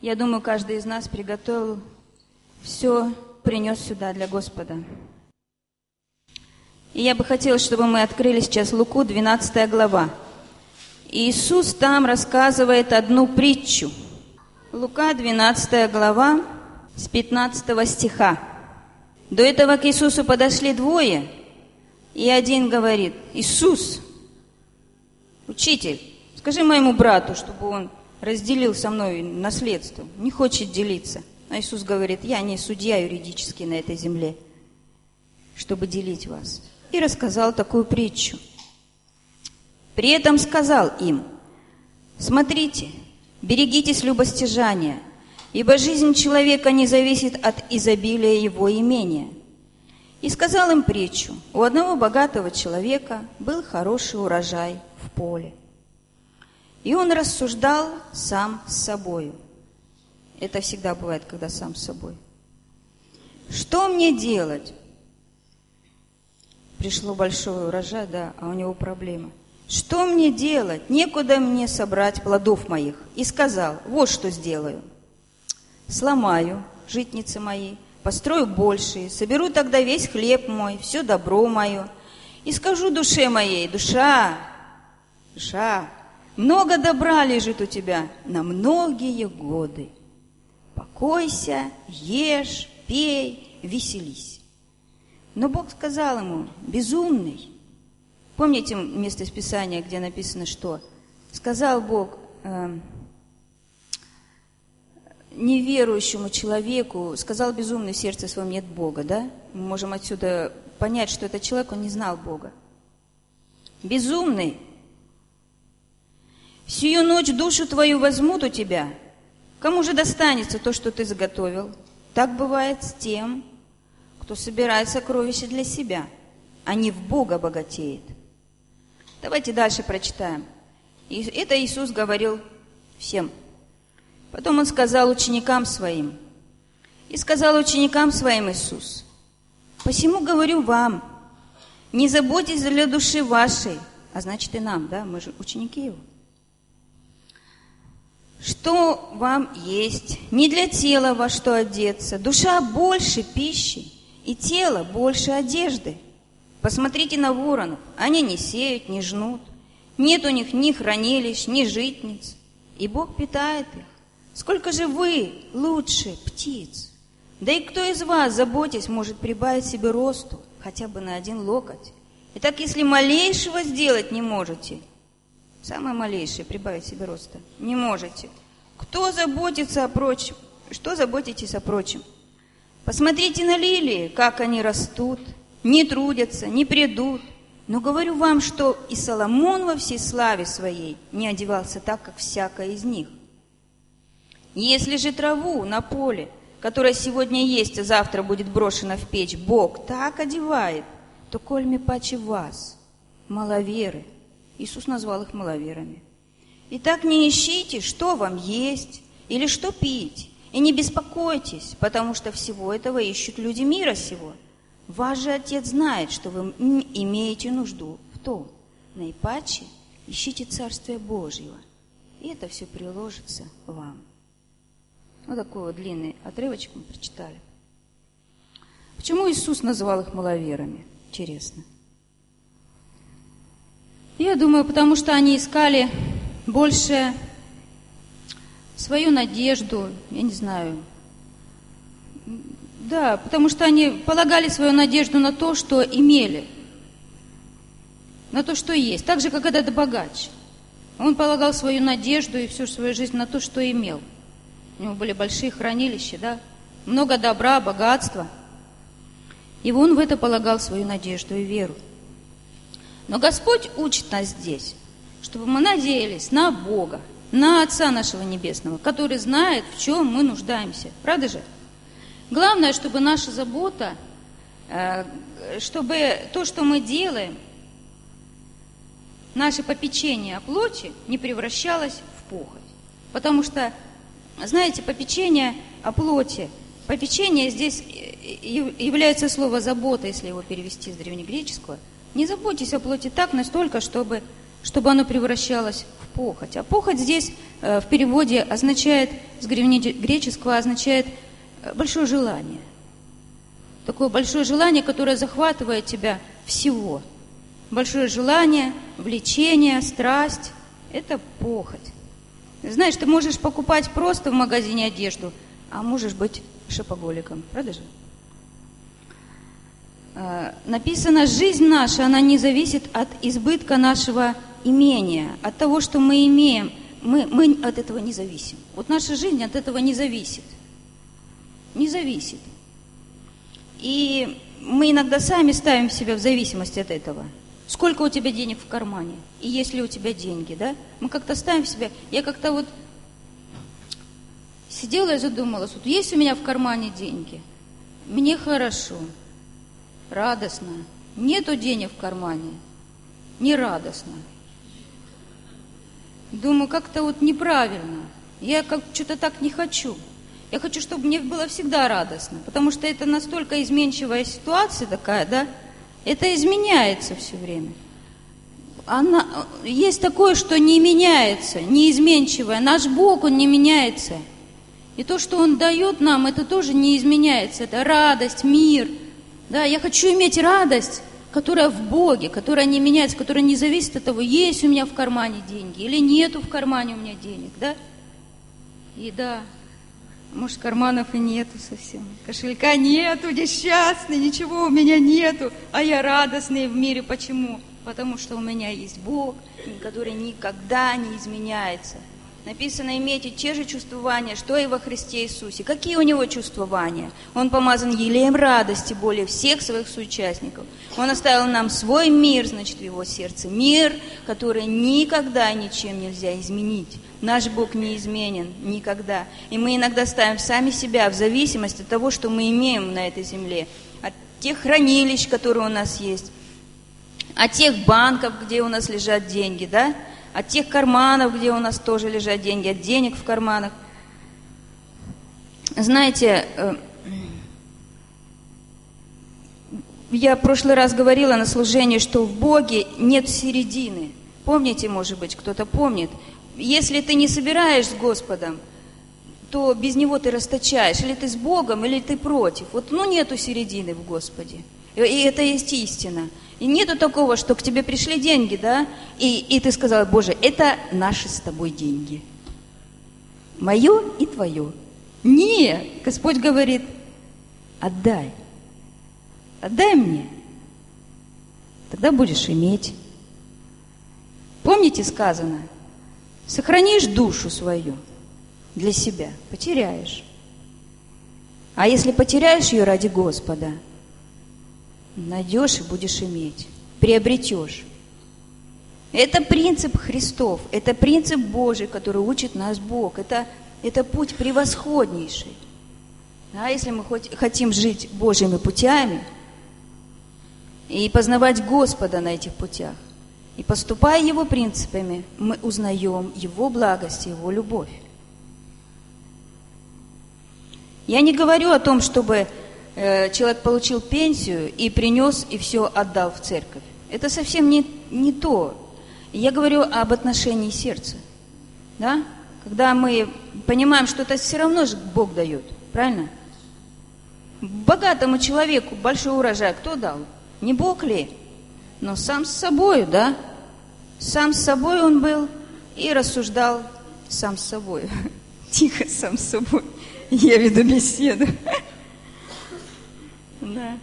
Я думаю, каждый из нас приготовил все, принес сюда для Господа. И я бы хотела, чтобы мы открыли сейчас Луку, 12 глава. И Иисус там рассказывает одну притчу. Лука, 12 глава, с 15 стиха. До этого к Иисусу подошли двое, и один говорит: «Иисус, учитель, скажи моему брату, чтобы он разделил со мной наследство». Не хочет делиться. А Иисус говорит: «Я не судья юридический на этой земле, чтобы делить вас». И рассказал такую притчу. При этом сказал им: «Смотрите, берегитесь любостяжания, ибо жизнь человека не зависит от изобилия его имения». И сказал им притчу: у одного богатого человека был хороший урожай в поле. И он рассуждал сам с собою. Это всегда бывает, когда сам с собой. «Что мне делать?» Пришло большой урожай, да, а у него проблема. «Что мне делать? Некуда мне собрать плодов моих». И сказал: «Вот что сделаю. Сломаю житницы мои, построю большие, соберу тогда весь хлеб мой, все добро мое, и скажу душе моей: душа, много добра лежит у тебя на многие годы. Покойся, ешь, пей, веселись». Но Бог сказал ему: «Безумный». Помните место из Писания, где написано, что сказал Бог неверующему человеку, сказал безумный: в сердце своем нет Бога, да? Мы можем отсюда понять, что этот человек, он не знал Бога. «Безумный, сию ночь душу твою возьмут у тебя. Кому же достанется то, что ты заготовил? Так бывает с тем, кто собирает сокровища для себя, а не в Бога богатеет». Давайте дальше прочитаем. И это Иисус говорил всем. Потом Он сказал ученикам Своим. И сказал ученикам Своим Иисус: «Посему говорю вам, не заботьтесь для души вашей». А значит и нам, да, мы же ученики Его. «Что вам есть, не для тела во что одеться. Душа больше пищи, и тело больше одежды. Посмотрите на воронов, они не сеют, не жнут, нет у них ни хранилищ, ни житниц, и Бог питает их. Сколько же вы лучше птиц? Да и кто из вас, заботясь, может прибавить себе росту хотя бы на 1 локоть? Итак, если малейшего сделать не можете, самое малейшее прибавить себе роста не можете, кто заботится о прочем? Что заботитесь о прочем? Посмотрите на лилии, как они растут, не трудятся, не прядут. Но говорю вам, что и Соломон во всей славе своей не одевался так, как всякая из них. Если же траву на поле, которая сегодня есть, а завтра будет брошена в печь, Бог так одевает, то кольми паче вас, маловеры». Иисус назвал их маловерами. «Итак, не ищите, что вам есть или что пить, и не беспокойтесь, потому что всего этого ищут люди мира сего. Ваш же Отец знает, что вы имеете нужду в том. Наипаче ищите Царствие Божьего, и это все приложится вам». Вот такой вот длинный отрывочек мы прочитали. Почему Иисус называл их маловерами? Интересно. Я думаю, потому что они искали больше свою надежду, я не знаю. Да, потому что они полагали свою надежду на то, что имели, на то, что есть. Так же, как этот богач. Он полагал свою надежду и всю свою жизнь на то, что имел. У него были большие хранилища, да, много добра, богатства. И он в это полагал свою надежду и веру. Но Господь учит нас здесь, чтобы мы надеялись на Бога, на Отца нашего Небесного, который знает, в чем мы нуждаемся. Правда же? Главное, чтобы наша забота, чтобы то, что мы делаем, наше попечение о плоти не превращалось в похоть. Потому что, знаете, попечение о плоти, попечение здесь является слово «забота», если его перевести с древнегреческого. Не заботьтесь о плоти так настолько, чтобы чтобы оно превращалось в похоть. А похоть здесь в переводе означает, с греческого означает большое желание. Такое большое желание, которое захватывает тебя всего. Большое желание, влечение, страсть – это похоть. Знаешь, ты можешь покупать просто в магазине одежду, а можешь быть шопоголиком. Правда же? Написано, жизнь наша, она не зависит от избытка нашего имения, от того, что мы имеем. Мы от этого не зависим. Вот наша жизнь от этого не зависит. Не зависит. И мы иногда сами ставим себя в зависимость от этого. Сколько у тебя денег в кармане? И есть ли у тебя деньги, да? Мы как-то ставим себя... Я как-то вот сидела и задумалась, вот есть у меня в кармане деньги? Мне хорошо, радостно. Нету денег в кармане? Не радостно. Думаю, как-то вот неправильно. Я как что-то так не хочу. Я хочу, чтобы мне было всегда радостно, потому что это настолько изменчивая ситуация такая, да? Это изменяется все время. Есть такое, что не меняется, неизменчивое. Наш Бог, Он не меняется. И то, что Он дает нам, это тоже не изменяется. Это радость, мир. Да, я хочу иметь радость, которая в Боге, которая не меняется, которая не зависит от того, есть у меня в кармане деньги или нету в кармане у меня денег, да? И да, может, карманов и нету совсем. Кошелька нету, несчастный, ничего у меня нету, а я радостный в мире. Почему? Потому что у меня есть Бог, который никогда не изменяется. Написано, имейте те же чувствования, что и во Христе Иисусе. Какие у Него чувствования? Он помазан елеем радости более всех своих соучастников. Он оставил нам свой мир, значит, в Его сердце. Мир, который никогда ничем нельзя изменить. Наш Бог неизменен никогда. И мы иногда ставим сами себя в зависимость от того, что мы имеем на этой земле. От тех хранилищ, которые у нас есть. От тех банков, где у нас лежат деньги, да? От тех карманов, где у нас тоже лежат деньги, от денег в карманах. Знаете, я в прошлый раз говорила на служении, что в Боге нет середины. Помните, может быть, кто-то помнит? Если ты не собираешь с Господом, то без Него ты расточаешь. Или ты с Богом, или ты против. Вот, нету середины в Господе. И это есть истина. И нету такого, что к тебе пришли деньги, да, и ты сказала, Боже, это наши с тобой деньги. Мое и твое. Нет, Господь говорит, отдай. Отдай мне. Тогда будешь иметь. Помните, сказано, сохранишь душу свою для себя, потеряешь. А если потеряешь ее ради Господа, найдешь и будешь иметь, приобретешь. Это принцип Христов, это принцип Божий, который учит нас Бог. Это путь превосходнейший. А если мы хотим жить Божьими путями и познавать Господа на этих путях, и поступая Его принципами, мы узнаем Его благость, Его любовь. Я не говорю о том, чтобы человек получил пенсию и принес, и все отдал в церковь. Это совсем не то. Я говорю об отношении сердца. Да? Когда мы понимаем, что это все равно же Бог дает. Правильно? Богатому человеку большой урожай кто дал? Не Бог ли? Но сам с собой, да? Сам с собой он был и рассуждал сам с собой. Тихо, сам с собой. Я веду беседу. Да.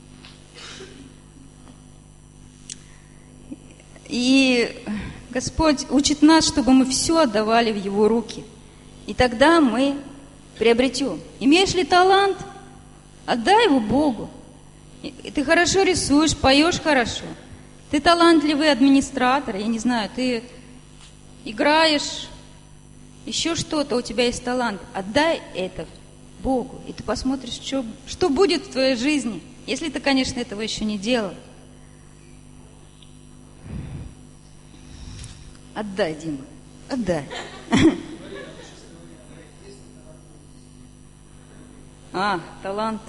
И Господь учит нас, чтобы мы все отдавали в Его руки. И тогда мы приобретем. Имеешь ли талант? Отдай его Богу. И ты хорошо рисуешь, поешь хорошо. Ты талантливый администратор, я не знаю, ты играешь, еще что-то, у тебя есть талант. Отдай это Богу, и ты посмотришь, что будет в твоей жизни, если ты, конечно, этого еще не делал. Отдай, Дима, отдай. Талант.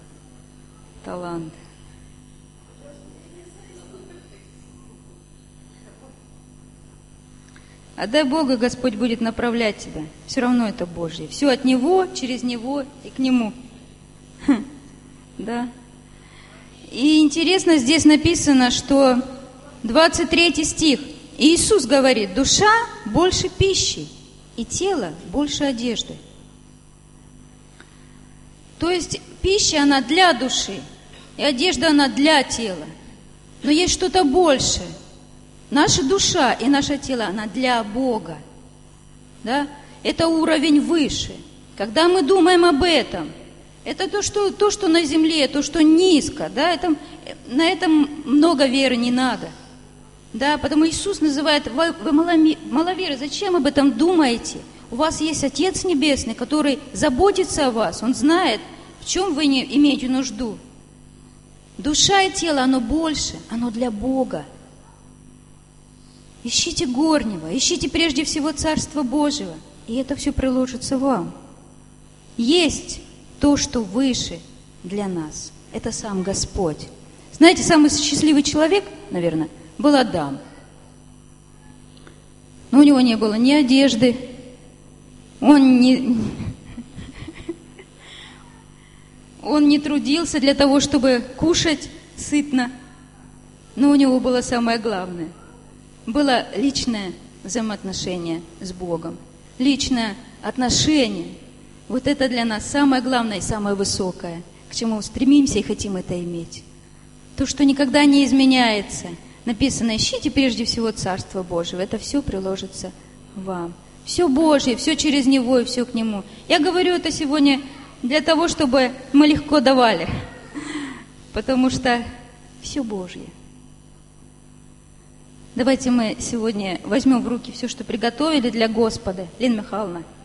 Талант. Отдай Богу, Господь будет направлять тебя. Все равно это Божье. Все от Него, через Него и к Нему. Да. И интересно, здесь написано, что 23 стих. Иисус говорит: душа больше пищи, и тело больше одежды. То есть пища, она для души, и одежда, она для тела. Но есть что-то большее. Наша душа и наше тело, она для Бога. Да? Это уровень выше. Когда мы думаем об этом, это то, что на земле, то, что низко. Да? На этом много веры не надо. Да? Потому Иисус называет: вы маловеры, зачем об этом думаете? У вас есть Отец Небесный, который заботится о вас. Он знает, в чем вы не имеете нужду. Душа и тело, оно больше, оно для Бога. Ищите горнего, ищите прежде всего Царство Божьего, и это все приложится вам. Есть то, что выше для нас. Это сам Господь. Знаете, самый счастливый человек, наверное, был Адам. Но у него не было ни одежды, он не трудился для того, чтобы кушать сытно, но у него было самое главное. Было личное взаимоотношение с Богом, личное отношение. Вот это для нас самое главное и самое высокое, к чему стремимся и хотим это иметь. То, что никогда не изменяется. Написано: ищите прежде всего Царство Божьего. Это все приложится вам. Все Божье, все через Него и все к Нему. Я говорю это сегодня для того, чтобы мы легко давали, потому что все Божье. Давайте мы сегодня возьмем в руки все, что приготовили для Господа. Лена Михайловна.